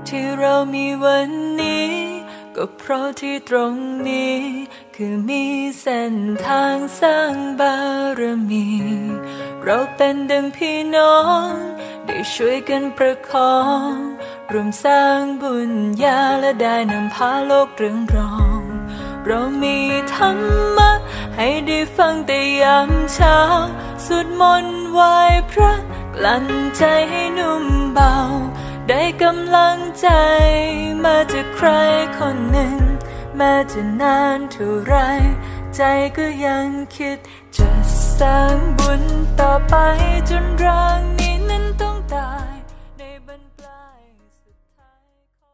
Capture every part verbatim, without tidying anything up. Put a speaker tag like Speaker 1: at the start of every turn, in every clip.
Speaker 1: ที่เรามีวันนี้ก็เพราะที่ตรงนี้คือมีเส้นทางสร้างบารมีเราเป็นดังพี่น้องได้ช่วยกันประคองรวมสร้างบุญญาและได้นำพาโลกเรืองรองเรามีธรรมะให้ได้ฟังแต่ยามเช้าสวดมนต์ไหว้พระกลั่นใจให้นุ่มเบาได้กำลังใจมาจากใครคนหนึ่งแม้จะนานเท่าไรใจก็ยังคิดจะสร้างบุญต่อไปจนร่างนี้นั้นต้องตายในบรรปลายสุดท้าย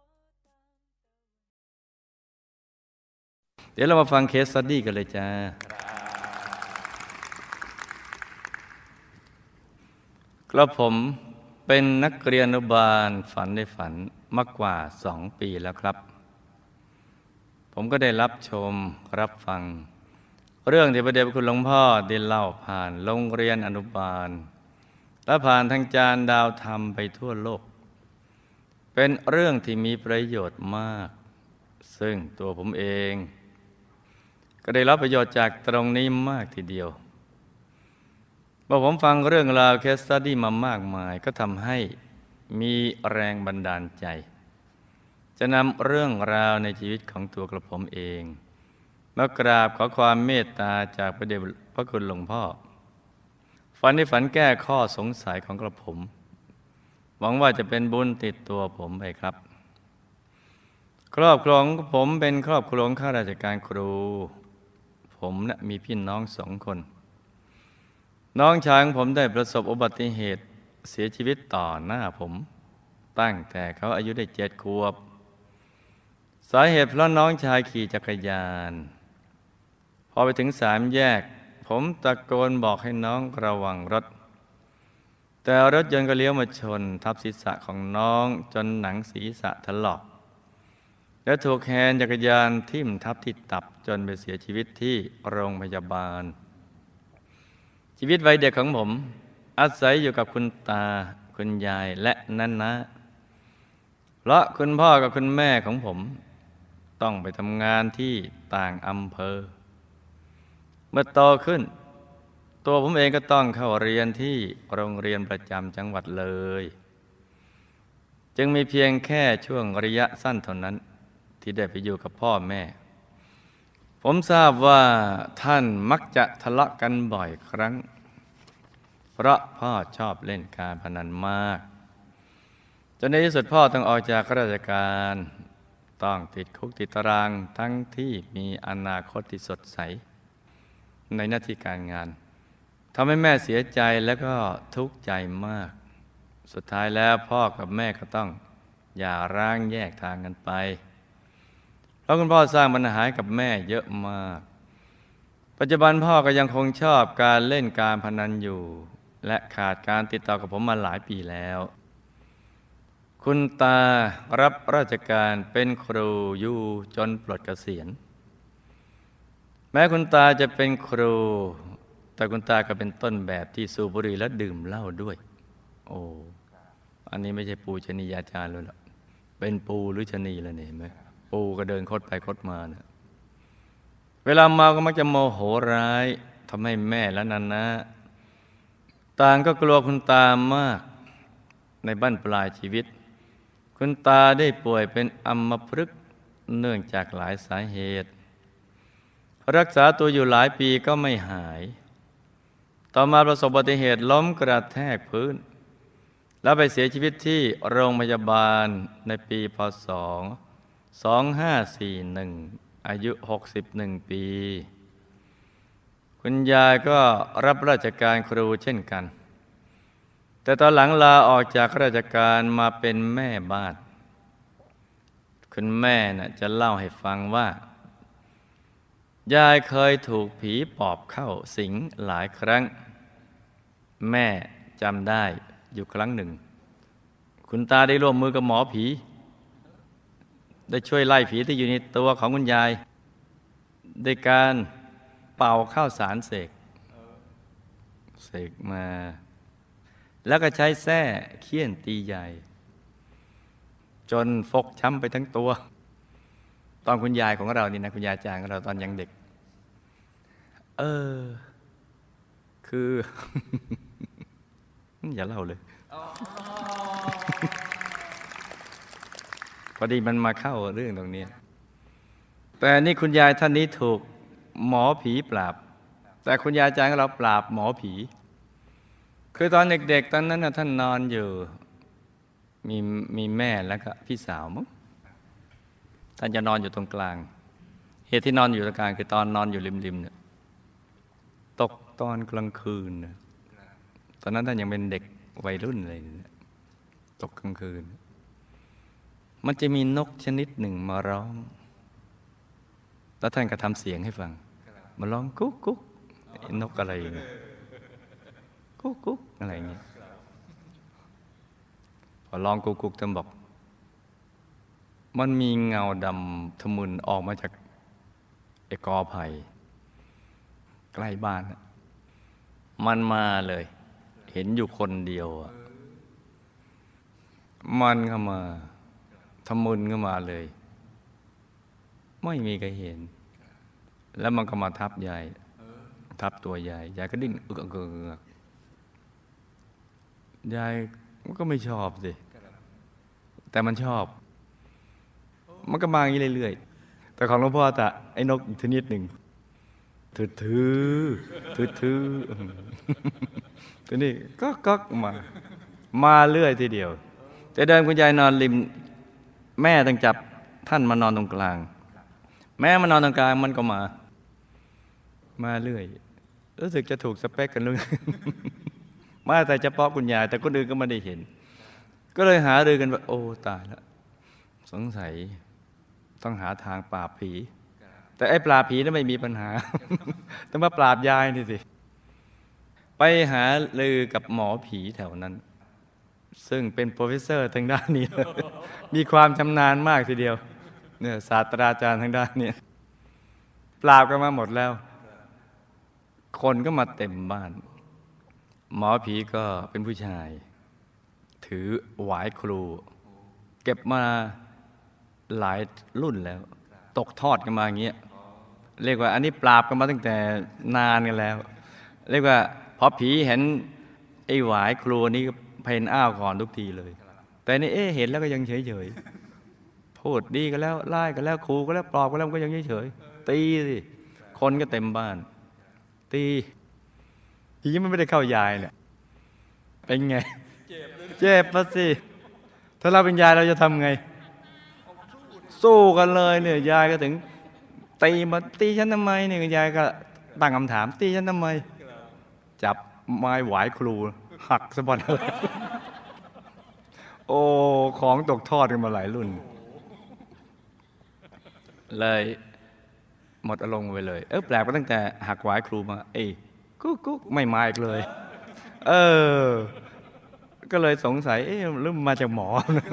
Speaker 2: เดี๋ยวเรามาฟังเคสสตั๊ดดี้กันเลยจ้ากระผมเป็นนักเรียนอนุบาลฝันในฝันมากกว่าสองปีแล้วครับผมก็ได้รับชมรับฟังเรื่องที่พระเดชพระคุณหลวงพ่อได้เล่าผ่านโรงเรียนอนุบาลและผ่านทางจานดาวธรรมไปทั่วโลกเป็นเรื่องที่มีประโยชน์มากซึ่งตัวผมเองก็ได้รับประโยชน์จากตรงนี้มากทีเดียวเมื่อผมฟังเรื่องราวเคสสตั๊ดดี้มามากมายก็ทำให้มีแรงบันดาลใจจะนำเรื่องราวในชีวิตของตัวกระผมเองมากราบขอความเมตตาจากพระเดชพระคุณหลวงพ่อฝันในฝันแก้ข้อสงสัยของกระผมหวังว่าจะเป็นบุญติดตัวผมไปครับครอบครัวของผมเป็นครอบครัวข้าราชการครูผมนะมีพี่น้องสองคนน้องชายของผมได้ประสบอุบัติเหตุเสียชีวิตต่อหน้าผมตั้งแต่เขาอายุได้เจ็ดขวบสาเหตุเพราะน้องชายขี่จักรยานพอไปถึงสามแยกผมตะโกนบอกให้น้องระวังรถแต่รถยนต์ก็เลี้ยวมาชนทับศีรษะของน้องจนหนังศีรษะถลอกและถูกแฮนด์จักรยานทิ่มทับที่ตับจนไปเสียชีวิตที่โรงพยาบาลชีวิตวัยเด็กของผมอาศัยอยู่กับคุณตาคุณยายและน้าน้าเพราะคุณพ่อกับคุณแม่ของผมต้องไปทำงานที่ต่างอำเภอเมื่อโตขึ้นตัวผมเองก็ต้องเข้าเรียนที่โรงเรียนประจำจังหวัดเลยจึงมีเพียงแค่ช่วงระยะสั้นเท่านั้นที่ได้ไปอยู่กับพ่อแม่ผมทราบว่าท่านมักจะทะเลาะกันบ่อยครั้งเพราะพ่อชอบเล่นการพนันมากจนในที่สุดพ่อต้องออกจากราชการต้องติดคุกติดตารางทั้งที่มีอนาคตที่สดใสในหน้าที่การงานทำให้แม่เสียใจและก็ทุกข์ใจมากสุดท้ายแล้วพ่อกับแม่ก็ต้องหย่าร้างแยกทางกันไปเพราะคุณพ่อสร้างปัญหากับแม่เยอะมากปัจจุบันพ่อก็ยังคงชอบการเล่นการพนันอยู่และขาดการติดต่อกับผมมาหลายปีแล้วคุณตารับราชการเป็นครูอยู่จนปลดเกษียณแม้คุณตาจะเป็นครูแต่คุณตาก็เป็นต้นแบบที่สูบบุหรี่และดื่มเหล้าด้วยโอ้อันนี้ไม่ใช่ปูชนียาจารย์เลยหรอกเป็นปูหรือชนีแล้วเนี่ยเห็นไหมปูก็เดินคดไปคดมาเนี่ยเวลาเมาก็มักจะโมโหร้ายทำให้แม่และนันนะต่างก็กลัวคุณตามากในบั้นปลายชีวิตคุณตาได้ป่วยเป็นอัมพฤกษ์เนื่องจากหลายสาเหตุรักษาตัวอยู่หลายปีก็ไม่หายต่อมาประสบอุบัติเหตุล้มกระแทกพื้นแล้วไปเสียชีวิตที่โรงพยาบาลในปีพ.ศ. สองพันห้าร้อยสี่สิบเอ็ดอายุหกสิบเอ็ดปีคุณยายก็รับราชการครูเช่นกันแต่ตอนหลังลาออกจากราชการมาเป็นแม่บ้านคุณแม่น่ะจะเล่าให้ฟังว่ายายเคยถูกผีปอบเข้าสิงหลายครั้งแม่จำได้อยู่ครั้งหนึ่งคุณตาได้ร่วมมือกับหมอผีได้ช่วยไล่ผีที่อยู่ในตัวของคุณยายโดยการเป่าข้าวสารเสกเสกมาแล้วก็ใช้แส้เคี่ยนตียายจนฟกช้ำไปทั้งตัวตอนคุณยายของเรานี่นะคุณยายจางของเราตอนยังเด็กเออคือ อย่าเล่าเลย พอดีมันมาเข้าเรื่องตรงนี้แต่นี่คุณยายท่านนี้ถูกหมอผีปราบแต่คุณยายจางของเราปราบหมอผีคือตอนเด็กๆตอนนั้นนะท่านนอนอยู่มีมีแม่แล้วก็พี่สาวมั้งท่านจะนอนอยู่ตรงกลางเหตุที่นอนอยู่ตรงกลางคือตอนนอนอยู่ริมๆเนี่ยตกตอนกลางคืนนะตอนนั้นท่านยังเป็นเด็กวัยรุ่นอะไรเนี่ยตกกลางคืนมันจะมีนกชนิดหนึ่งมาร้องแล้วท่านก็ทำเสียงให้ฟังมาร้องกุ๊กกุ๊กนกอะไรเนี่ยกุ๊กกุ๊กอะไรเงี้ยพอร้องกุ๊กกุ๊กท่านบอกมันมีเงาดำทะมึนออกมาจากไอ้กอไผ่ใกล้บ้านมันมาเลยเห็นอยู่คนเดียวมันเข้ามาทะมึนเข้ามาเลยไม่มีใครเห็นแล้วมันก็มาทับยายทับตัวยายยายก็ดิ้นอึกเกือกยายมันก็ไม่ชอบสิแต่มันชอบมันก็มาอย่างนี้เรื่อยๆแต่ของหลวงพ่อแต่ไอ้นกอีกชนิดหนึ่งถือถือถือถือตัวนี้ก็ก็มามาเรื่อยทีเดียวแต่เดินคุณยายนอนริมแม่ต้องจับท่านมานอนตรงกลางแม่มานอนตรงกลางมันก็มามาเรื่อยรู้สึกจะถูกสเปคกันเลยมาแต่เฉพาะคุณยายแต่คนอื่นก็ไม่ได้เห็นก็เลยหารือกันว่าโอ้ตายแล้วสงสัยต้องหาทางปราบผีแต่ไอ้ปราบผีนั้นไม่มีปัญหาต้องมาปราบยายนี่สิไปหารือกับหมอผีแถวนั้นซึ่งเป็นโปรเฟสเซอร์ทางด้านนี้ มีความชำนาญมากทีเดียวเนี่ยศาสตราจารย์ทางด้านนี้ปราบกันมาหมดแล้วคนก็มาเต็มบ้านหมอผีก็เป็นผู้ชายถือหวายครูเก็บมาหลายรุ่นแล้วตกทอดกันมาอย่างเงี้ยเรียกว่าอันนี้ปราบกันมาตั้งแต่นานกันแล้วเรียกว่าพอผีเห็นไอ้หวายครูนี้เพนอ้าวก่อนทุกทีเลยแต่นี่เอ๊ะเห็นแล้วก็ยังเฉยๆพูดดีกันแล้วไล่กันแล้วครูก็แล้วปลอบกันแล้วก็ยังเฉยๆตีสิคนก็เต็มบ้านตีผีมันไม่ได้เข้ายายเนี่ยเป็นไงเจ็บปะสิถ้าเราเป็นยายเราจะทำไงสู้กันเลยเนี่ยยายก็ถึงตีมาตีฉันทำไมเนี่ยยายก็ตั้งคำถามตีฉันทำไมจับไม้หวายครูหักสะบัดเลยโอ้ของตกทอดกันมาหลายรุ่นเลยหมดอารมณ์ไปเลยเออแปลกไปตั้งแต่หักหวายครูมาเอ้ยกุ๊กกุ๊กไม่มาอีกเลยเออก็เลยสงสัยเอ๊ะหรือมาจากหมอ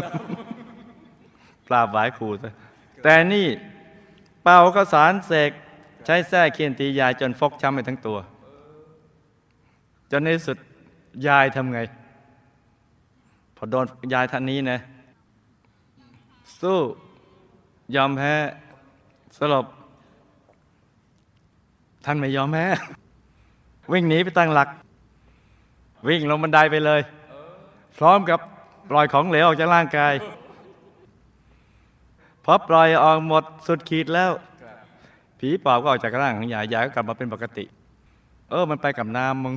Speaker 2: ปราบหวายครูซะแต่นี่เป่าข้าวสารเสกใช้แส้เคี่ยนตียายจนฟกช้ำไปทั้งตัวจนในสุดยายทำไงพอโดนยายท่านนี้นะสู้ยอมแพ้สลบท่านไม่ยอมแพ้วิ่งหนีไปตั้งหลักวิ่งลงบันไดไปเลยพร้อมกับปล่อยของเหลวออกจากร่างกายพอปล่อยออกหมดสุดขีดแล้วผีปอบก็ออกจากร่างของยายยายก็กลับมาเป็นปกติเออมันไปกับน้ำมึง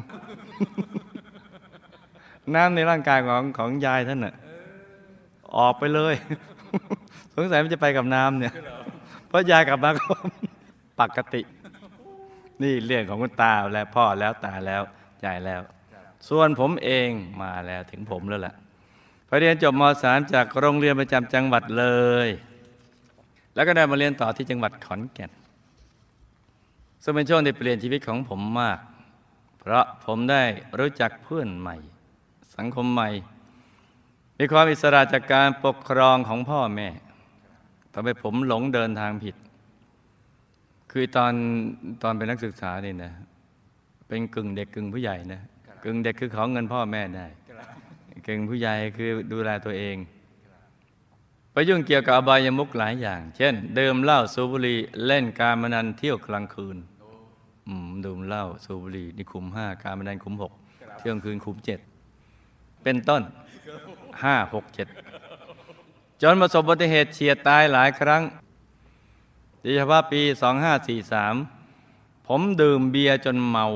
Speaker 2: น้ำในร่างกายของของยายท่านน่ะออกไปเลย สงสัยมันจะไปกับน้ำเนี่ยเพราะยายกลับมาก็ ปกตินี่เรื่องของคุณตาแล้วพ่อแล้วตาแล้วยายแล้วส่วนผมเองมาแล้วถึงผมแล้วล่ะพอเรียนจบม.สาม จากโรงเรียนประจำจังหวัดเลยแล้วก็ได้มาเรียนต่อที่จังหวัดขอนแก่นซึ่งเป็นช่วงที่เปลี่ยนชีวิตของผมมากเพราะผมได้รู้จักเพื่อนใหม่สังคมใหม่มีความอิสระจากการปกครองของพ่อแม่ทำให้ผมหลงเดินทางผิดคือตอนตอนเป็นนักศึกษานี่นะเป็นกึ่งเด็กกึ่งผู้ใหญ่นะกึ่งเด็กคือขอเงินพ่อแม่ได้กึ่งผู้ใหญ่คือดูแลตัวเองไปยุ่งเกี่ยวกับอบายมุขหลายอย่าง เช่นดื่มเหล้าสูบบุหรี่เล่นการพนันเที่ยวกลางคืนดื่มเหล้าสูบบุหรี่นี่คุมห้าการพนันคุมหกเที่ยวกลางคืนคุมเจ็ดเป็นต้นห้าหกเจ็ดจนประสบอุบัติเหตุเฉียดตายหลายครั้งโดยเฉพาะปีสองห้าสี่สามผมดื่มเบียร์จนเมา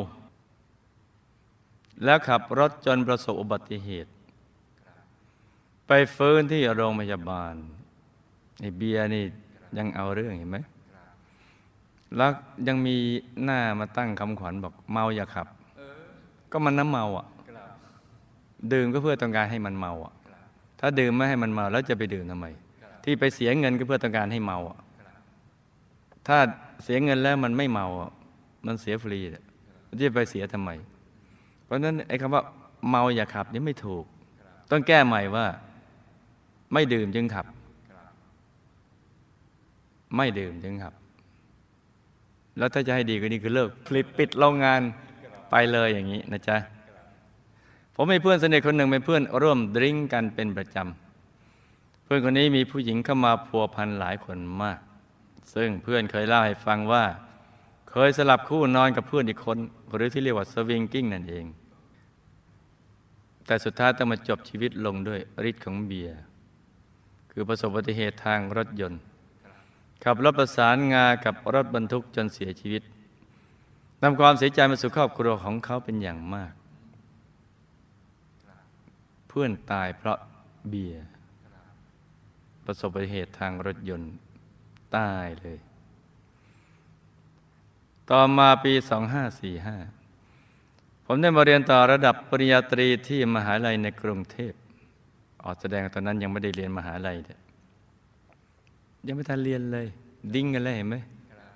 Speaker 2: แล้วขับรถจนประสบอุบัติเหตุไปฟื้นที่โรงพยาบาลไอ้เบียร์นี่ยังเอาเรื่องเห็นไหมแล้วยังมีหน้ามาตั้งคำขวัญบอกเมาอย่าขับก็มันน้ำเมาอ่ะดื่มก็เพื่อต้องการให้มันเมาอ่ะถ้าดื่มไม่ให้มันเมาแล้วจะไปดื่มทำไมที่ไปเสียเงินก็เพื่อต้องการให้เมาอ่ะถ้าเสียเงินแล้วมันไม่เมาอ่ะมันเสียฟรีมันจะไปเสียทำไมเพราะฉะนั้นไอ้คำว่าเมาอย่าขับนี่ไม่ถูกต้องแก้ใหม่ว่าไม่ดื่มจึงขับไม่ดื่มจึงขับแล้วถ้าจะให้ดีกว่านี้คือเลิกผลิตปิดโรงงานไปเลยอย่างนี้นะจ๊ะผมมีเพื่อนสนิทคนหนึ่งเป็นเพื่อนร่วมดริ้งกันเป็นประจำเพื่อนคนนี้มีผู้หญิงเข้ามาพัวพันหลายคนมากซึ่งเพื่อนเคยเล่าให้ฟังว่าเคยสลับคู่นอนกับเพื่อนอีกคนหรือที่เรียกว่าสวิงกิ้งนั่นเองแต่สุดท้ายต้องมาจบชีวิตลงด้วยฤทธิ์ของเบียร์คือประสบอุบัติเหตุทางรถยนต์ขับรถประสานงากับรถบรรทุกจนเสียชีวิตนำความเสียใจมาสู่ครอบครัวของเขาเป็นอย่างมากเพื่อนตายเพราะเบียร์ประสบอุบัติเหตุทางรถยนต์ตายเลยต่อมาปีสองห้าสี่ห้าผมได้มาเรียนต่อระดับปริญญาตรีที่มหาลัยในกรุงเทพออกแสดงตอนนั้นยังไม่ได้เรียนมหาลัยเลยยังไม่ทันเรียนเลยดิ้งกันเลยเห็นไหม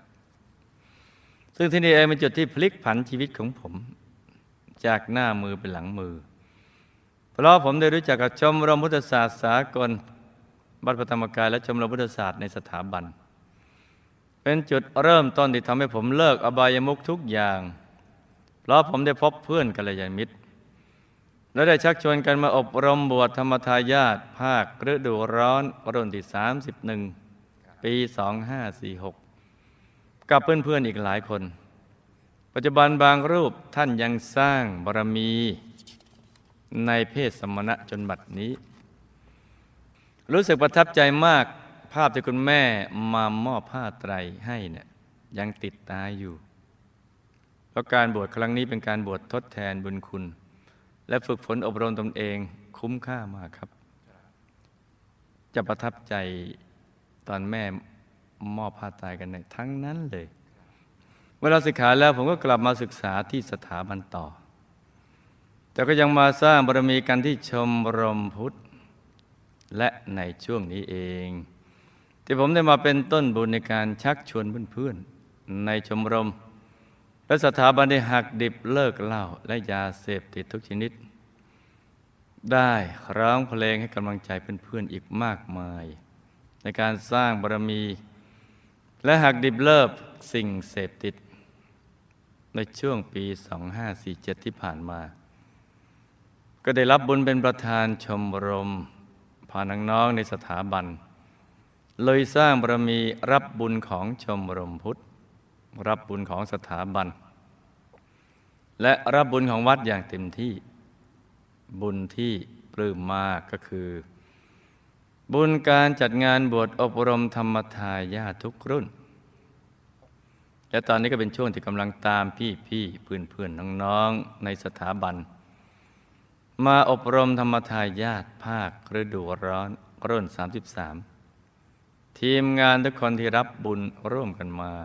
Speaker 2: ซึ่งที่นี่เองเป็นจุดที่พลิกผันชีวิตของผมจากหน้ามือเป็นหลังมือเพราะผมได้รู้จักกับชมรมพุทธศาสตร์สากลวัดพระธรรมกายและชมรมพุทธศาสตร์ในสถาบันเป็นจุดเริ่มต้นที่ทำให้ผมเลิกอบายมุขทุกอย่างเพราะผมได้พบเพื่อนกัลยาณมิตรและได้ชักชวนกันมาอบรมบวชธรรมทายาทภาคฤดูร้อนรุ่นที่สามสิบเอ็ดปีสองห้าสี่หกกับเพื่อนๆอีกหลายคนปัจจุบันบางรูปท่านยังสร้างบารมีในเพศสมณะจนบัดนี้รู้สึกประทับใจมากภาพที่คุณแม่มามอบผ้าไตรให้เนี่ยยังติดตาอยู่เพราะการบวชครั้งนี้เป็นการบวชทดแทนบุญคุณและฝึกฝนอบรมตนเองคุ้มค่ามากครับจะประทับใจตอนแม่มอบผ้าไตรกันในทั้งนั้นเลยเมื่อเราศึกษาแล้วผมก็กลับมาศึกษาที่สถาบันต่อแต่ก็ยังมาสร้างบารมีกันที่ชมรมพุทธและในช่วงนี้เองที่ผมได้มาเป็นต้นบุญในการชักชวนเพื่อนๆในชมรมและสถาบันได้หักดิบเลิกเหล้าและยาเสพติดทุกชนิดได้ร้องเพลงให้กำลังใจเพื่อนๆอีกมากมายในการสร้างบารมีและหักดิบเลิกสิ่งเสพติดในช่วงปีสองห้าสี่เจ็ดที่ผ่านมาก็ได้รับบุญเป็นประธานชมรมพาน้องๆในสถาบันเลยสร้างบารมีรับบุญของชมรมพุทธรับบุญของสถาบันและรับบุญของวัดอย่างเต็มที่บุญที่ปลื้มมากก็คือบุญการจัดงานบวชอบรมธรรมทายาททุกรุ่นและตอนนี้ก็เป็นช่วงที่กำลังตามพี่ๆเพื่อนๆน้องๆในสถาบันมาอบรมธรรมทายาทภาคฤดูร้อนรุ่นสามสิบสามทีมงานทุกคนที่รับบุญร่วมกันมา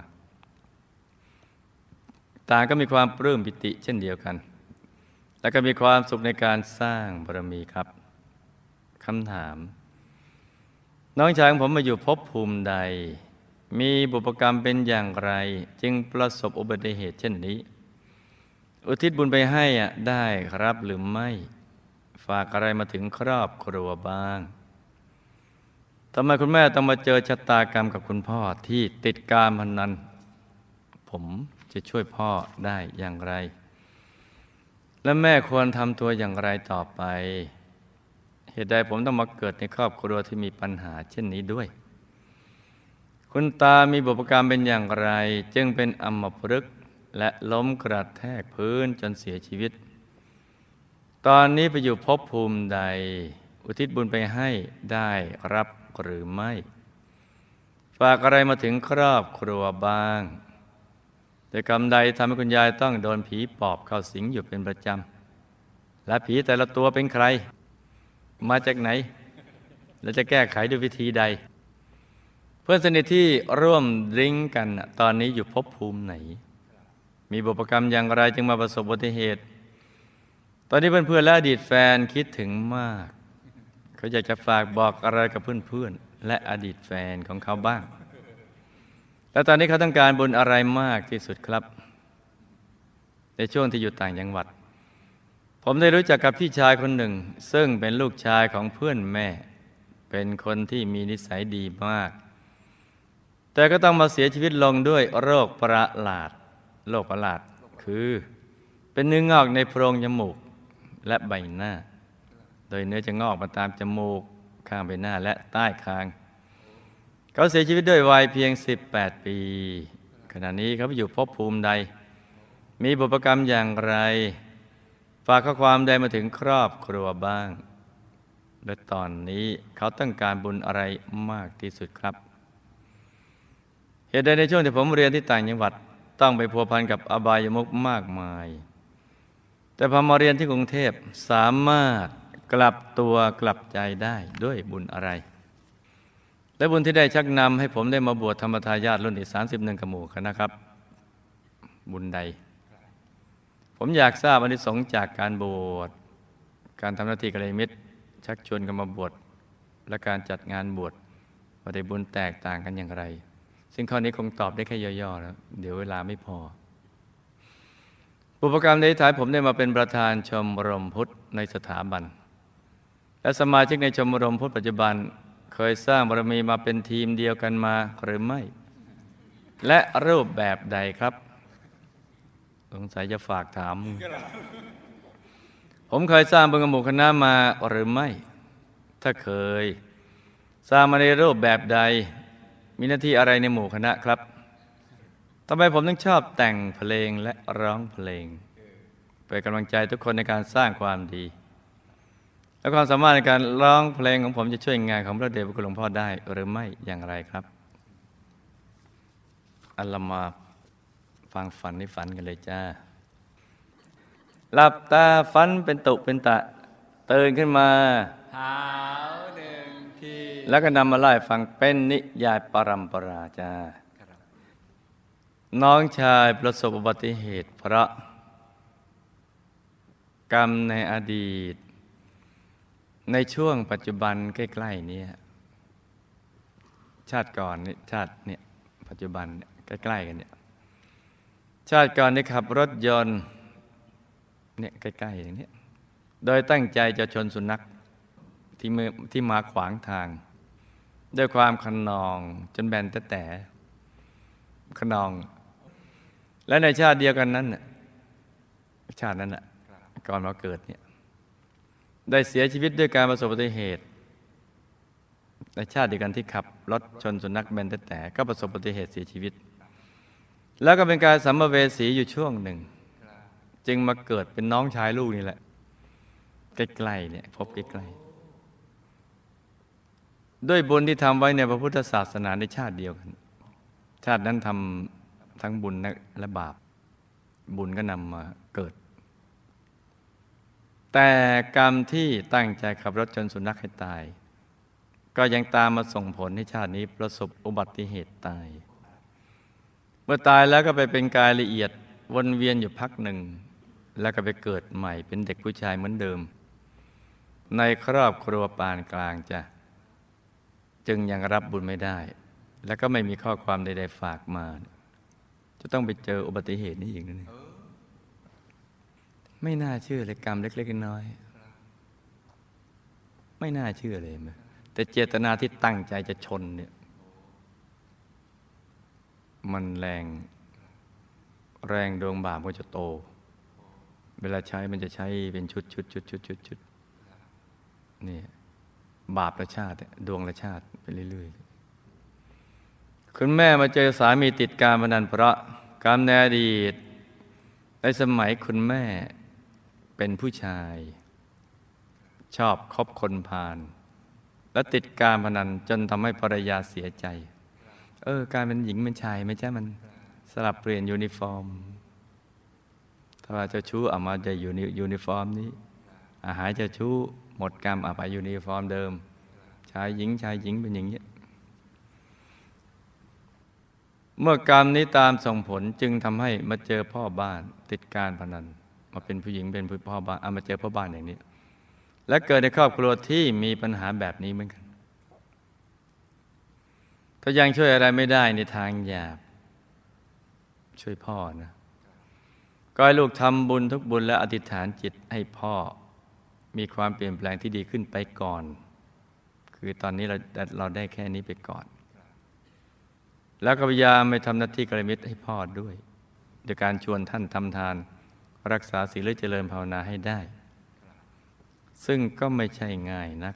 Speaker 2: ต่างก็มีความปลื้มปิติเช่นเดียวกันและก็มีความสุขในการสร้างบารมีครับคำถามน้องชายของผมมาอยู่ภพภูมิใดมีบุพกรรมเป็นอย่างไรจึงประสบอุบัติเหตุเช่นนี้อุทิศบุญไปให้อ่ะได้ครับหรือไม่ฝากอะไรมาถึงครอบครัวบ้างทำไมคุณแม่ต้องมาเจอชะตากรรมกับคุณพ่อที่ติดการพนันผมจะช่วยพ่อได้อย่างไรและแม่ควรทำตัวอย่างไรต่อไปเหตุใดผมต้องมาเกิดในครอบครัวที่มีปัญหาเช่นนี้ด้วยคุณตามีบุพกรรมเป็นอย่างไรจึงเป็นอัมพฤกษ์และล้มกระแทกพื้นจนเสียชีวิตตอนนี้ไปอยู่ภพภูมิใดอุทิศบุญไปให้ได้รับหรือไม่ฝากอะไรมาถึงครอบครัวบ้างแต่กรรมใดทำให้คุณยายต้องโดนผีปอบเข้าสิงอยู่เป็นประจำและผีแต่ละตัวเป็นใครมาจากไหนและจะแก้ไขด้วยวิธีใดเพื่อนสนิทที่ร่วมดริ้งกันตอนนี้อยู่ภพภูมิไหนมีบุพกรรมอย่างไรจึงมาประสบอุบัติเหตุตอนนี้เพื่อนๆและอดีตแฟนคิดถึงมากเขาอยากจะฝากบอกอะไรกับเพื่อนๆและอดีตแฟนของเขาบ้างแล้วตอนนี้เขาต้องการบุญอะไรมากที่สุดครับในช่วงที่อยู่ต่างจังหวัดผมได้รู้จักกับพี่ชายคนหนึ่งซึ่งเป็นลูกชายของเพื่อนแม่เป็นคนที่มีนิสัยดีมากแต่ก็ต้องมาเสียชีวิตลงด้วยโรคประหลาดโรคประหลาดคือเป็นเนื้องอกในโพรงจมูกและใบหน้าโดยเนื้อจะงอกมาตามจมูกข้างใบหน้าและใต้คางเขาเสียชีวิตด้วยวัยเพียงสิบแปดปีขณะนี้เขาไปอยู่ภพภูมิใดมีบุพกรรมอย่างไรฝากข้อความใดมาถึงครอบครัวบ้างและตอนนี้เขาต้องการบุญอะไรมากที่สุดครับเหตุใดในช่วงที่ผมเรียนที่ต่างจังหวัดต้องไปพัวพันกับอบายมุขมากมายแต่พอมาเรียนที่กรุงเทพสามารถกลับตัวกลับใจได้ด้วยบุญอะไรและบุญที่ได้ชักนำให้ผมได้มาบวชธรรมทายาทรุ่นที่สามสิบเอ็ดกหมู่คณะครับบุญใดผมอยากทราบอานิสงส์จากการบวชการทำหน้าที่กัลยาณมิตรชักชวนกันมาบวชและการจัดงานบวชว่าได้บุญแตกต่างกันอย่างไรซึ่งข้อนี้คงตอบได้แค่ย่อๆแล้วเดี๋ยวเวลาไม่พอบุพกรรมในท้ายผมได้มาเป็นประธานชมรมพุทธในสถาบันและสมาชิกในชมรมพุทธปัจจุบันเคยสร้างบารมีมาเป็นทีมเดียวกันมาหรือไม่และรูปแบบใดครับสงสัยจะฝากถามผมเคยสร้างบุญกับหมู่คณะมาหรือไม่ถ้าเคยสร้างมาในรูปแบบใดมีหน้าที่อะไรในหมู่คณะครับทำไมผมถึงชอบแต่งเพลงและร้องเพลงเป็นกำลังใจทุกคนในการสร้างความดีและความสามารถในการร้องเพลงของผมจะช่วยงานของพระเดชพระคุณหลวงพ่อได้หรือไม่อย่างไรครับอัลลมาฟังฝันในฝันกันเลยจ้าหลับตาฝันเป็นตุเป็นตะตื่นขึ้นมา
Speaker 3: หาวหนึ่งที
Speaker 2: แล้วก็นำมาไล่ฟังเป็นนิยายปรัมปราจ้าน้องชายประสบอุบัติเหตุเพราะกรรมในอดีตในช่วงปัจจุบันใกล้ๆนี้ชาติก่อนนี่ชาติเนี่ยปัจจุบันใกล้ๆกันเนี่ยชาติก่อนได้ขับรถยนต์เนี่ยใกล้ๆอย่างนี้โดยตั้งใจจะชนสุนัขที่มือที่มาขวางทางด้วยความขนองจนแบนแต่แต่ขนองและในชาติเดียวกันนั้นน่ะชาตินั้นน่ะก่อนมาเกิดเนี่ยได้เสียชีวิตด้วยการประสบอุบัติเหตุในชาติเดียวกันที่ขับรถชนสุนัขแบนแต่แต่ก็ประสบอุบัติเหตุเสียชีวิตแล้วก็เป็นการสัมภเวสีอยู่ช่วงหนึ่งจึงมาเกิดเป็นน้องชายลูกนี่แหละใกล้ๆเนี่ยพบใกล้ๆด้วยบุญที่ทำไว้ในพระพุทธศาสนาในชาติเดียวกันชาตินั้นทำทั้งบุญและบาปบุญก็นำมาเกิดแต่กรรมที่ตั้งใจขับรถชนสุนัขให้ตายก็ยังตามมาส่งผลให้ชาตินี้ประสบอุบัติเหตุตายเมื่อตายแล้วก็ไปเป็นกายละเอียดวนเวียนอยู่พักหนึ่งแล้วก็ไปเกิดใหม่เป็นเด็กผู้ชายเหมือนเดิมในครอบครัวปานกลางจ้ะจึงยังรับบุญไม่ได้แล้วก็ไม่มีข้อความใดๆฝากมาจะต้องไปเจออุบัติเหตุนี้อีกนั่นเองไม่น่าเชื่อเลยกรรมเล็กๆน้อยๆไม่น่าเชื่อเลยมั้ยแต่เจตนาที่ตั้งใจจะชนเนี่ยมันแรงแรงดวงบาปก็จะโตเวลาใช้มันจะใช้เป็นชุดชุดชุดชุดชุดชุดนี่บาปละชาติดวงละชาติไปเรื่อยๆคุณแม่มาเจอสามีติดการพนันเพราะกรรมในอดีตในสมัยคุณแม่เป็นผู้ชายชอบคบคนพาลและติดการพนันจนทำให้ภรรยาเสียใจเออการเป็นหญิงเป็นชายไม่ใช่มันสลับเปลี่ยนยูนิฟอร์มถ้าว่าเจ้าชู้ออกมาจะอยู่ในยูนิฟอร์มนี้อาหารเจ้าชู้หมดกรรมเอาไปยูนิฟอร์มเดิมชายหญิงชายหญิงเป็นอย่างนี้เมื่อกรรมนี้ตามส่งผลจึงทำให้มาเจอพ่อบ้านติดการพนันมาเป็นผู้หญิงเป็นพ่อบ้านเอามาเจอพ่อบ้านอย่างนี้และเกิดในครอบครัวที่มีปัญหาแบบนี้เหมือนกันถ้ายังช่วยอะไรไม่ได้ในทางหยาบช่วยพ่อนะก็ให้ลูกทำบุญทุกบุญและอธิษฐานจิตให้พ่อมีความเปลี่ยนแปลงที่ดีขึ้นไปก่อนคือตอนนี้เราเราได้แค่นี้ไปก่อนแล้วก็พยายามไปทำหน้าที่กัลยาณมิตรให้พ่อด้วยโดยการชวนท่านทำทานรักษาศีลและเจริญภาวนาให้ได้ซึ่งก็ไม่ใช่ง่ายนัก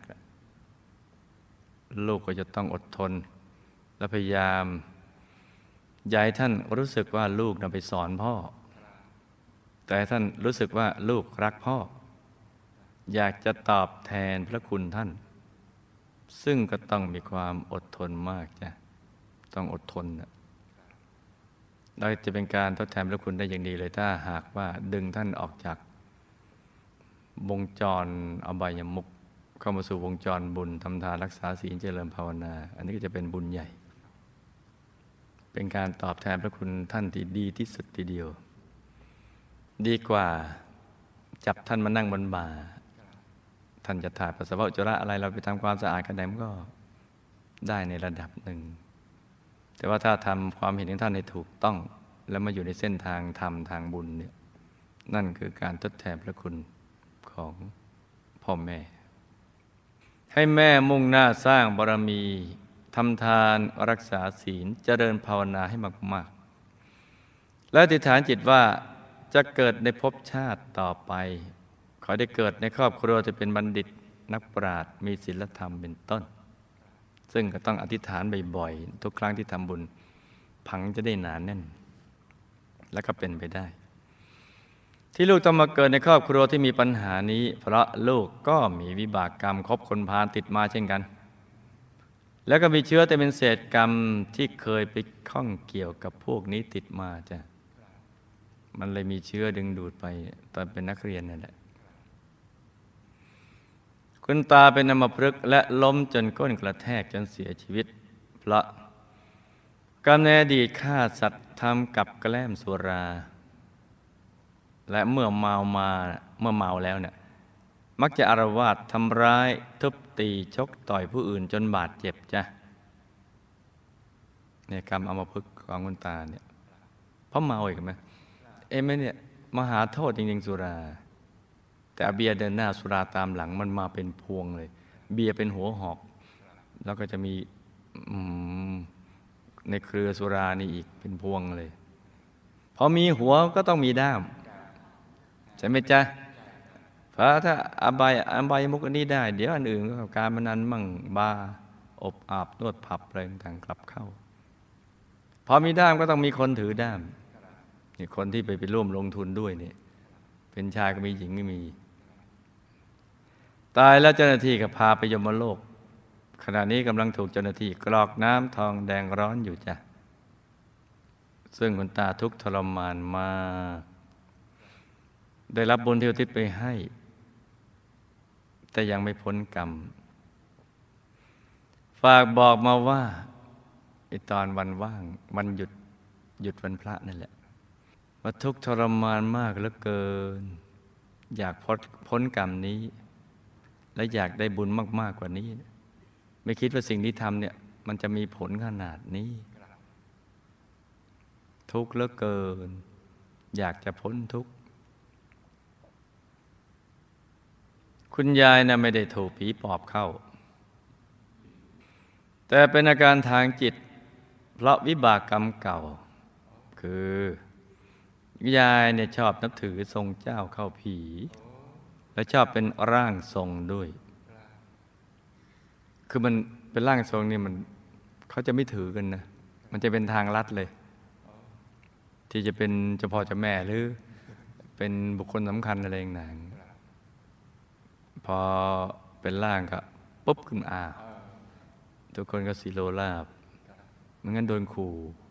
Speaker 2: ลูกก็จะต้องอดทนและพยายามย้ายท่านรู้สึกว่าลูกนำไปสอนพ่อแต่ท่านรู้สึกว่าลูกรักพ่ออยากจะตอบแทนพระคุณท่านซึ่งก็ต้องมีความอดทนมากจ้ะต้องอดทนนะเราจะเป็นการทดแทนพระคุณได้อย่างดีเลยถ้าหากว่าดึงท่านออกจากวงจรอบายมุขเข้ามาสู่วงจรบุญทำทานรักษาศีลเจริญภาวนาอันนี้ก็จะเป็นบุญใหญ่เป็นการตอบแทนพระคุณท่านที่ดีที่สุดทีเดียวดีกว่าจับท่านมานั่งบนบ่าท่านจะถ่ายปัสสาวะอุจจาระอะไรเราไปทำความสะอาดกันไหนมันก็ได้ในระดับหนึ่งแต่ว่าถ้าทำความเห็นของท่านให้ถูกต้องแล้วมาอยู่ในเส้นทางธรรมทางบุญเนี่ยนั่นคือการทดแทนพระคุณของพ่อแม่ให้แม่มุ่งหน้าสร้างบารมีทำทานรักษาศีลเจริญภาวนาให้มากๆและอธิษฐานจิตว่าจะเกิดในภพชาติต่อไปขอได้เกิดในครอบครัวจะเป็นบัณฑิตนักปราชญ์มีศีลธรรมเป็นต้นซึ่งก็ต้องอธิษฐานบ่อยๆทุกครั้งที่ทำบุญผังจะได้หนาแน่นและก็เป็นไปได้ที่ลูกต้องมาเกิดในครอบครัวที่มีปัญหานี้เพราะลูกก็มีวิบากกรรมคบคนพาลติดมาเช่นกันแล้วก็มีเชื้อแต่เป็นเศษกรรมที่เคยไปข้องเกี่ยวกับพวกนี้ติดมาจ้ะมันเลยมีเชื้อดึงดูดไปตอนเป็นนักเรียนนั่นแหละคุณตาเป็นอัมพฤกษ์และล้มจนก้นกระแทกจนเสียชีวิตเพราะกรรมในอดีตฆ่าสัตว์ทำกับแกล้มสุราและเมื่อเมามาเมื่อเมาแล้วเนี่ยมักจะอาละวาดทำร้ายทุบตีชกต่อยผู้อื่นจนบาดเจ็บจ้ะเนี่ยกรรมอัมพฤกษ์ของคุณตาเนี่ยเพราะเมาอีกไหมเอ็มเนี่ยมหาโทษจริงๆสุราแต่เบียร์เดินหน้าสุราตามหลังมันมาเป็นพวงเลยเบียร์เป็นหัวหอกแล้วก็จะมีในเครือสุรานี่อีกเป็นพวงเลยพอมีหัวก็ต้องมีด้ามใช่ไหมจ๊ะเพราะถ้าอบายอบายมุกอันนี้ได้เดี๋ยวอันอื่นก็การพนันมั่งบาร์อบอาบนวดผับอะไรต่างๆกลับเข้าพอมีด้ามก็ต้องมีคนถือด้ามนี่คนที่ไปไปร่วมลงทุนด้วยเนี่ยเป็นชายก็มีหญิงก็มีตายแล้วเจ้าหน้าที่ก็พาไปยมโลกขณะนี้กำลังถูกเจ้าหน้าที่กรอกน้ำทองแดงร้อนอยู่จ้ะซึ่งคุณตาทุกข์ทรมานมาได้รับบุญที่อุทิศไปให้แต่ยังไม่พ้นกรรมฝากบอกมาว่าไอ้ตอนวันว่างวันหยุดหยุดวันพระนั่นแหละว่าทุกข์ทรมานมากเหลือเกินอยากพ้นพ้นกรรมนี้และอยากได้บุญมากๆกว่านี้ไม่คิดว่าสิ่งที่ทำเนี่ยมันจะมีผลขนาดนี้ทุกข์เหลือเกินอยากจะพ้นทุกข์คุณยายนะไม่ได้ถูกผีปอบเข้าแต่เป็นอาการทางจิตเพราะวิบากกรรมเก่าคือยายเนี่ยชอบนับถือทรงเจ้าเข้าผีและชอบเป็นร่างทรงด้วยคือมันเป็นร่างทรงนี่มันเขาจะไม่ถือกันนะมันจะเป็นทางลัดเลย ที่จะเป็นเจ้าพ่อเจ้าแม่หรือเป็นบุคคลสำคัญอะไรอย่างนั้นพอเป็นร่างก็ปุ๊บขึ้นมาทุกคนก็สิโลราบไม่งั้นโดนขู่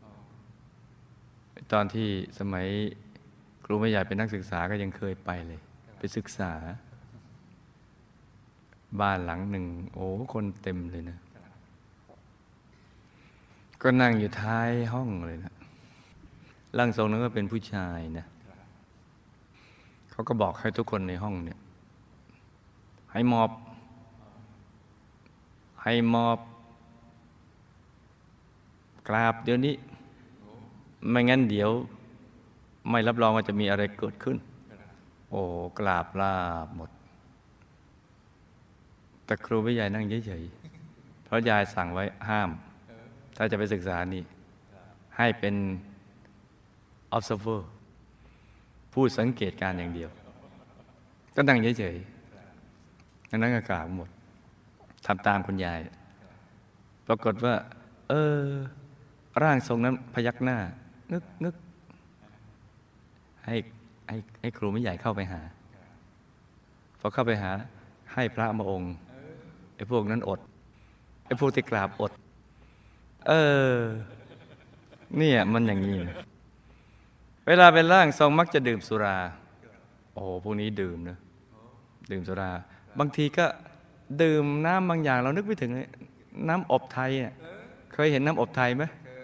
Speaker 2: ตอนที่สมัยครูไม่ใหญ่เป็นนักศึกษาก็ยังเคยไปเลยไปศึกษาบ้านหลังหนึ่งโอ้คนเต็มเลยนะก็นั่งอยู่ท้ายห้องเลยนะร่างทรงนั้นก็เป็นผู้ชายนะเขาก็บอกให้ทุกคนในห้องเนี่ยให้มอบให้มอบกราบเดี๋ยวนี้ไม่งั้นเดี๋ยวไม่รับรองว่าจะมีอะไรเกิดขึ้นโอ้กราบลาบหมดแต่ครูไม่ใหญ่นั่งเฉยๆเพราะยายสั่งไว้ห้ามถ้าจะไปศึกษานี่ให้เป็น observer ผู้สังเกตการอย่างเดียวก็นั่งเฉยๆนั่งกราบหมดทำตามคุณยายปรากฏว่าเออร่างทรงนั้นพยักหน้างึกงึกให้ให้ให้ครูไม่ใหญ่เข้าไปหาพอเข้าไปหาให้พระมาองค์ไอ้พวกนั้นอดไอ้พวกที่กราบอดเออเนี่ยมันอย่างนี้นะเวลาเป็นร่างทรงมักจะดื่มสุราโอ้โหพวกนี้ดื่มนะดื่มสุราบางทีก็ดื่มน้ำบางอย่างเรานึกไม่ถึงเลยน้ำอบไทยเนี่ยเคยเห็นน้ำอบไทยไหม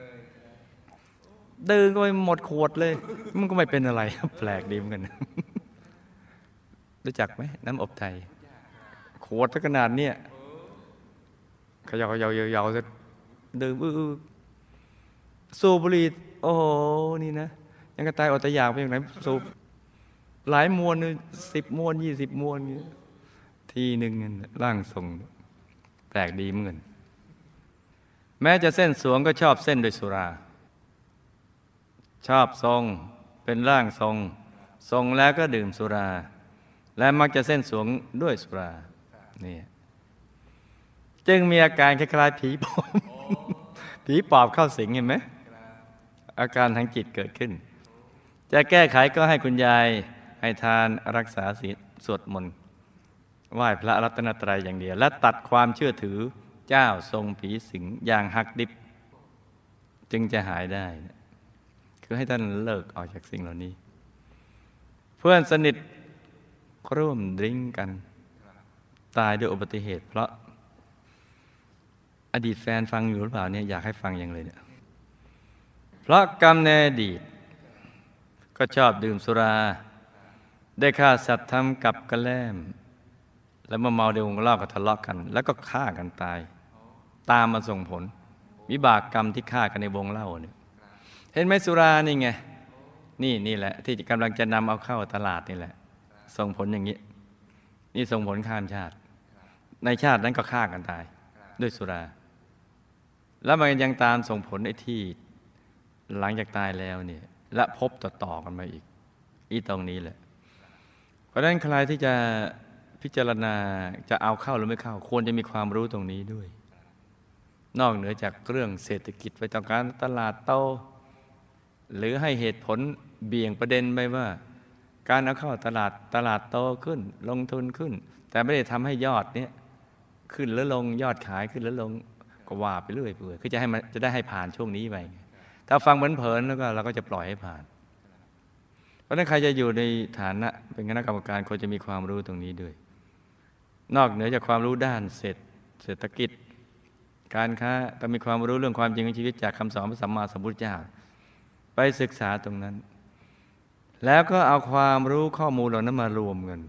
Speaker 2: ดื่มก็ไปหมดขวดเลยมันก็ไม่เป็นอะไรแปลกดีเหมือนกันรู้จักไหมน้ำอบไทยขวดขนาดเนี้ยขยาวๆยาวๆจะดื่มอื้อสูบบุหรี่โอ้โหนี่นะยังกระตายอดตะอยากไปอย่างไหนสูบหลายมวนสิบมวนยี่สิบมวนทีหนึ่งร่างทรงแปลกดีเหมือนกันแม้จะเส้นสวงก็ชอบเส้นด้วยสุราชอบทรงเป็นร่างทรงทรงแล้วก็ดื่มสุราและมักจะเส้นสวงด้วยสุรานี่จึงมีอาการคล้ายๆผีปอบผีปอบเข้าสิงเห็นไหมอาการทางจิตเกิดขึ้นจะแก้ไขก็ให้คุณยายให้ทานรักษาศีลสวดมนต์ไหว้พระรัตนตรัยอย่างเดียวและตัดความเชื่อถือเจ้าทรงผีสิงอย่างหักดิบจึงจะหายได้คือให้ท่านเลิกออกจากสิ่งเหล่านี้เพื่อนสนิทร่วมดริ้งกันตายด้วยอุบัติเหตุเพราะอดีตแฟนฟังอยู่หรือเปล่าเนี่ยอยากให้ฟังอย่างเลยเนี่ยเพราะกรรมในอดีตก็ชอบดื่มสุราได้ฆ่าสัตว์ทำกับกระแล้มแล้วเมื่อเมาในวงเล่าก็ทะเลาะกันแล้วก็ฆ่ากันตายตามมาส่งผลวิบากกรรมที่ฆ่ากันในวงเล่าเนี่ยเห็นไหมสุรานี่ไงนี่นี่แหละที่กำลังจะนำเอาเข้าตลาดนี่แหละส่งผลอย่างนี้นี่ส่งผลข้ามชาติในชาตินั้นก็ฆ่ากันตายด้วยสุราแล้วมันยังตามส่งผลไอ้ที่หลังจากตายแล้วเนี่ยและพบต่อๆกันมาอีกอีตรงนี้แหละเพราะฉะนั้นใครที่จะพิจารณาจะเอาเข้าหรือไม่เข้าควรจะมีความรู้ตรงนี้ด้วยนอกเหนือจากเรื่องเศรษฐกิจไปต้องการตลาดโตหรือให้เหตุผลเบี่ยงประเด็นไปว่าการเอาเข้าตลาดตลาดโตขึ้นลงทุนขึ้นแต่ไม่ได้ทำให้ยอดเนี้ยขึ้นหรือลงยอดขายขึ้นหรือลงก็ว่าไปเรื่อยเปื่อยคือจะให้มันจะได้ให้ผ่านช่วงนี้ไปถ้าฟังเหมือนเผินแล้วก็เราก็จะปล่อยให้ผ่านเพราะฉะนั้นใครจะอยู่ในฐานะเป็นคณะกรรมการควรจะมีความรู้ตรงนี้ด้วยนอกเหนือจากความรู้ด้านเศรษฐเศรษฐกิจการค้าต้องมีความรู้เรื่องความจริงของชีวิตจากคำสอนพระสัมมาสัมพุทธเจ้าไปศึกษาตรงนั้นแล้วก็เอาความรู้ข้อมูลเหล่านั้นมารวมกัน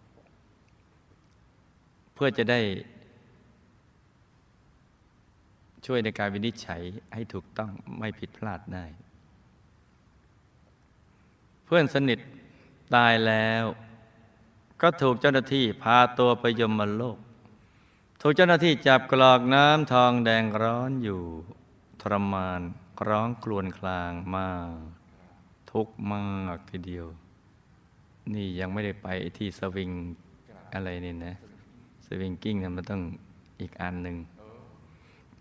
Speaker 2: เพื่อจะได้ช่วยในการวินิจฉัยให้ถูกต้องไม่ผิดพลาดได้เพื่อนสนิทตายแล้วก็ถูกเจ้าหน้าที่พาตัวไปยมโลกถูกเจ้าหน้าที่จับกรอกน้ำทองแดงร้อนอยู่ทรมานร้องครวญครางมากทุกข์มากทีเดียวนี่ยังไม่ได้ไปที่สวิงอะไรนี่นะสวิงกิ้งมันต้องอีกอันหนึ่ง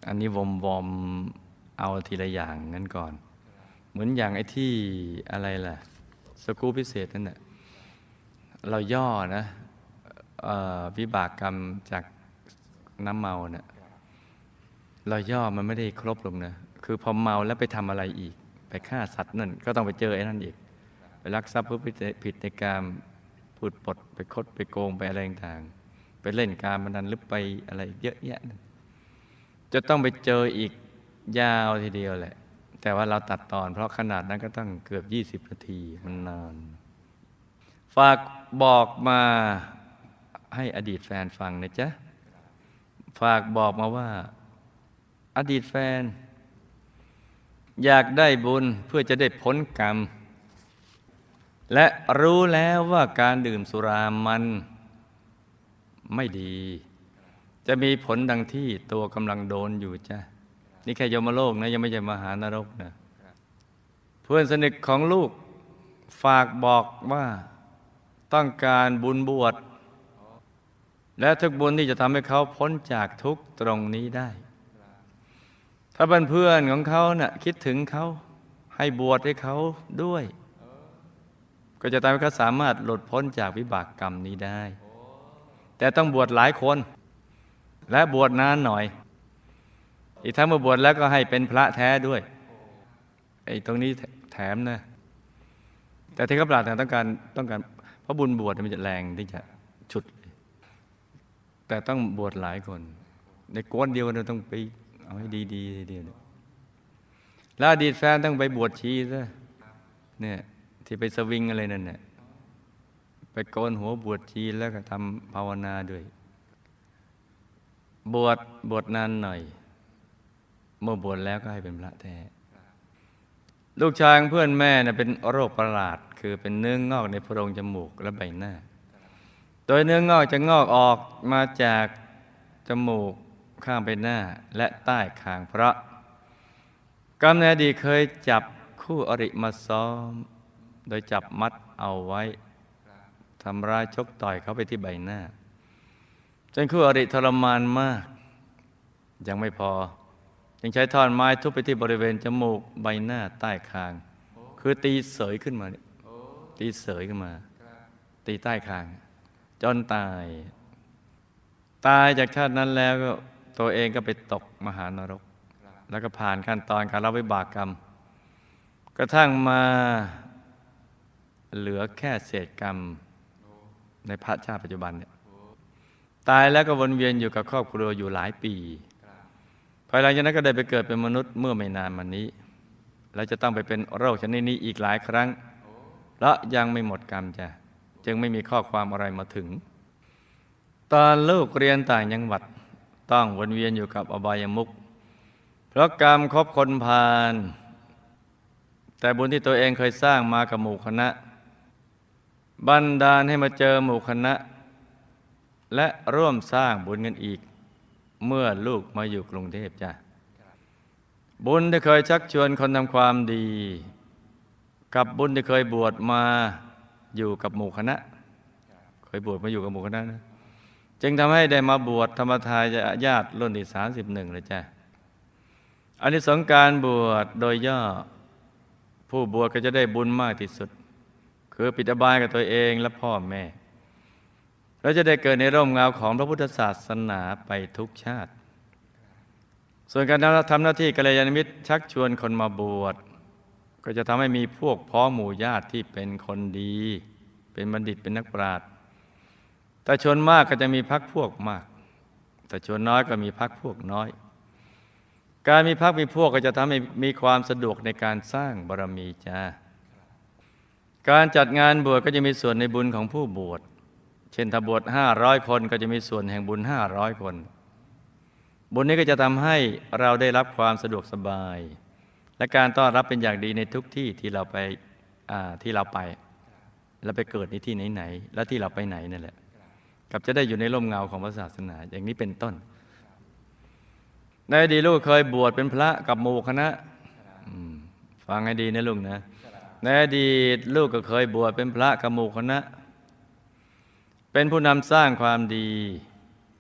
Speaker 2: อันนี้วอมวอมเอาทีละอย่างงั้นก่อนเหมือนอย่างไอ้ที่อะไรล่ะสกู๊ปพิเศษนั่นแหละเราย่อนะวิบากกรรมจากน้ำเมาเนี่ยเราย่อมันไม่ได้ครบลงนะคือพอเมาแล้วไปทำอะไรอีกไปฆ่าสัตว์นั่นก็ต้องไปเจอไอ้นั่นอีกไปลักทรัพย์เพื่อผิดในกามพูดปดไปคดไปโกงไปอะไรต่างๆไปเล่นการพนันหรือไปอะไรเยอะแยะจะต้องไปเจออีกยาวทีเดียวแหละแต่ว่าเราตัดตอนเพราะขนาดนั้นก็ต้องเกือบยี่สิบนาทีมันนานฝากบอกมาให้อดีตแฟนฟังนะจ๊ะฝากบอกมาว่าอดีตแฟนอยากได้บุญเพื่อจะได้พ้นกรรมและรู้แล้วว่าการดื่มสุรามันไม่ดีจะมีผลดังที่ตัวกำลังโดนอยู่จ้ะนี่แค่ยมโลกนะยังไม่ใช่มหานรกนะเพื่อนสนิทของลูกฝากบอกว่าต้องการบุญบวชและทุกบุญที่จะทำให้เขาพ้นจากทุกข์ตรงนี้ได้ถ้าเป็นเพื่อนของเขาน่ะคิดถึงเขาให้บวชให้เขาด้วยก็จะทำให้เขาสามารถหลุดพ้นจากวิบากกรรมนี้ได้แต่ต้องบวชหลายคนและบวชนานหน่อยอีกทั้งเมื่อบวชแล้วก็ให้เป็นพระแท้ด้วยไอ้ตรงนี้แถมนะแต่ที่เขาปรารถนาต้องการต้องการเพราะบุญบวชมันจะแรงที่จะฉุดแต่ต้องบวชหลายคนในก้อนเดียวเราต้องไปเอาให้ดีๆเดียวแล้วอดีตแฟนต้องไปบวชชีซะเนี่ยที่ไปสวิงอะไรนั่นเนี่ยไปโกนหัวบวชชีแล้วก็ทำภาวนาด้วยบวชบวชนานหน่อยเมื่อบวชแล้วก็ให้เป็นพระแท้ลูกชายเพื่อนแม่น่ะเป็นโรคประหลาดคือเป็นเนื้องอกในโพรงจมูกและใบหน้าโดยเนื้องอกจะงอกออกมาจากจมูกข้างใบหน้าและใต้คางเพราะกรรมในอดีตเคยจับคู่อริมาซ้อมโดยจับมัดเอาไว้ทำร้ายชกต่อยเขาไปที่ใบหน้าจนคู่อริทรมานมากยังไม่พอยังใช้ท่อนไม้ทุบไปที่บริเวณจมูกใบหน้าใต้คางคือตีเสยขึ้นมาเนี่ยตีเสยขึ้นมาตีใต้คางจนตายตายจากชาตินั้นแล้วก็ตัวเองก็ไปตกมหานรกแล้วก็ผ่านขั้นตอนการรับวิบากกรรมกระทั่งมาเหลือแค่เศษกรรมในพระชาติปัจจุบันเนี่ยตายแล้วก็วนเวียนอยู่กับครอบครัวอยู่หลายปีภายหลังจากนั้นก็ได้ไปเกิดเป็นมนุษย์เมื่อไม่นานมานี้แล้วจะต้องไปเป็นโรคชนิดนี้อีกหลายครั้งและยังไม่หมดกรรมจ้ะจึงไม่มีข้อความอะไรมาถึงตอนลูกเรียนต่างจังหวัดต้องวนเวียนอยู่กับอบายมุขเพราะกรรมคบคนพาลแต่บุญที่ตัวเองเคยสร้างมากับหมู่คณะบันดาลให้มาเจอหมู่คณะและร่วมสร้างบุญกันอีกเมื่อลูกมาอยู่กรุงเทพจ้ะบุญที่เคยชักชวนคนทำความดีกับบุญที่เคยบวชมาอยู่กับหมู่คณะเคยบวชมาอยู่กับหมู่คณะนะจึงทำให้ได้มาบวชธรรมทายาทรุ่นที่สามสิบเอ็ดเลยจ้ะอานิสงส์การบวชโดยย่อผู้บวชก็จะได้บุญมากที่สุดคือปิดอบายกับตัวเองและพ่อแม่แล้วจะได้เกิดในร่มเงาของพระพุทธศาสนาไปทุกชาติส่วนการทำหน้าที่กัลยาณมิตรชักชวนคนมาบวชก็จะทำให้มีพวกพ้องหมู่ญาติที่เป็นคนดีเป็นบัณฑิตเป็นนักปราชญ์แต่ชนมากก็จะมีพรรคพวกมากแต่ชนน้อยก็มีพรรคพวกน้อยการมีพรรคมีพวกก็จะทำให้มีความสะดวกในการสร้างบารมีจ้าการจัดงานบวชก็จะมีส่วนในบุญของผู้บวชเช่นถ้าบวชห้าร้อยคนก็จะมีส่วนแห่งบุญห้าร้อยคนบุญนี้ก็จะทำให้เราได้รับความสะดวกสบายและการต้อนรับเป็นอย่างดีในทุกที่ที่เราไปที่เราไปแล้วไปเกิดในที่ไหนๆแล้วที่เราไปไหนนั่นแหละกับจะได้อยู่ในร่มเงาของพระศาสนาอย่างนี้เป็นต้นในอดีตลูกเคยบวชเป็นพระกับหมู่คณะฟังให้ดีนะลุงนะในอดีตลูกก็เคยบวชเป็นพระกับหมู่คณะเป็นผู้นำสร้างความดี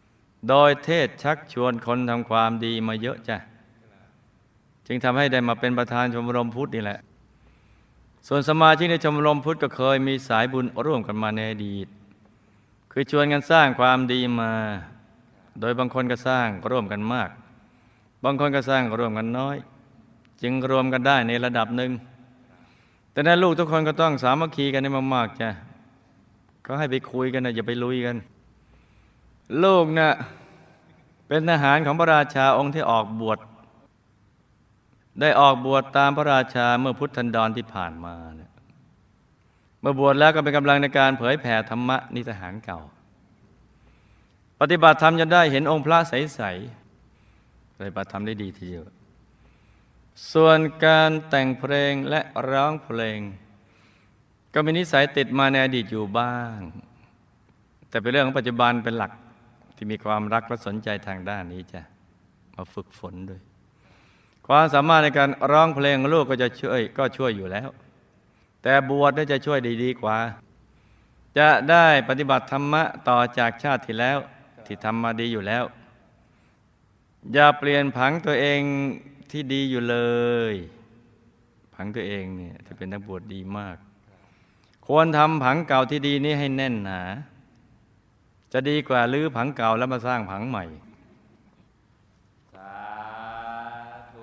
Speaker 2: โดยเทศชักชวนคนทำความดีมาเยอะจ้ะจึงทำให้ได้มาเป็นประธานชมรมพุทธนี่แหละส่วนสมาชิกในชมรมพุทธก็เคยมีสายบุญร่วมกันมาในอดีตคือชวนกันสร้างความดีมาโดยบางคนก็สร้างร่วมกันมากบางคนก็สร้างร่วมกันน้อยจึงรวมกันได้ในระดับหนึ่งแต่นั้นลูกทุกคนก็ต้องสามัคคีกันให้มากๆจ้ะก็ให้ไปคุยกันนะอย่าไปลุยกันลูกน่ะเป็นทหารของพระราชาองค์ที่ออกบวชได้ออกบวชตามพระราชาเมื่อพุทธันดรที่ผ่านมาเนี่ยเมื่อบวชแล้วก็เป็นกำลังในการเผยแผ่ธรรมะนิทหารเก่าปฏิบัติธรรมจนได้เห็นองค์พระใสๆปฏิบัติธรรมได้ดีทีเดียวส่วนการแต่งเพลงและร้องเพลงก็มีนิสัยติดมาในอดีตอยู่บ้างแต่เป็นเรื่องของปัจจุบันเป็นหลักที่มีความรักและสนใจทางด้านนี้จ้ะมาฝึกฝนด้วยความสามารถในการร้องเพลงลูกก็จะช่วยก็ช่วยอยู่แล้วแต่บวชได้จะช่วยดีๆกว่าจะได้ปฏิบัติธรรมะต่อจากชาติที่แล้วที่ทำมาดีอยู่แล้วอย่าเปลี่ยนผังตัวเองที่ดีอยู่เลยผังตัวเองเนี่ยจะเป็นนักบวชดีมากควรทำผังเก่าที่ดีนี้ให้แน่นหนาจะดีกว่าลื้อผังเก่าแล้วมาสร้างผังใหม่
Speaker 3: สาธุ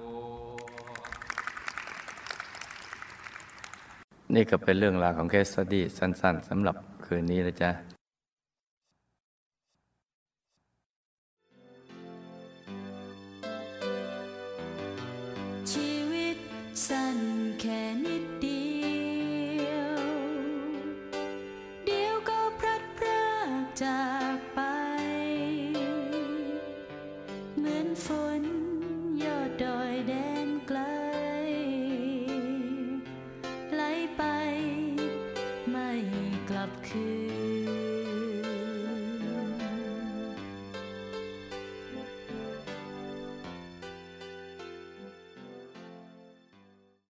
Speaker 2: นี่ก็เป็นเรื่องราวของเคสสตั๊ดดี้สั้นๆสำหรับคืนนี้นะจ๊ะ
Speaker 1: ชีวิตสั้นแค่นิดเดียวเดี๋ยวก็พลัดพรากจากไปเหมือนฝนยอดดอยแดนไกลไหลไปไม่กลับคืน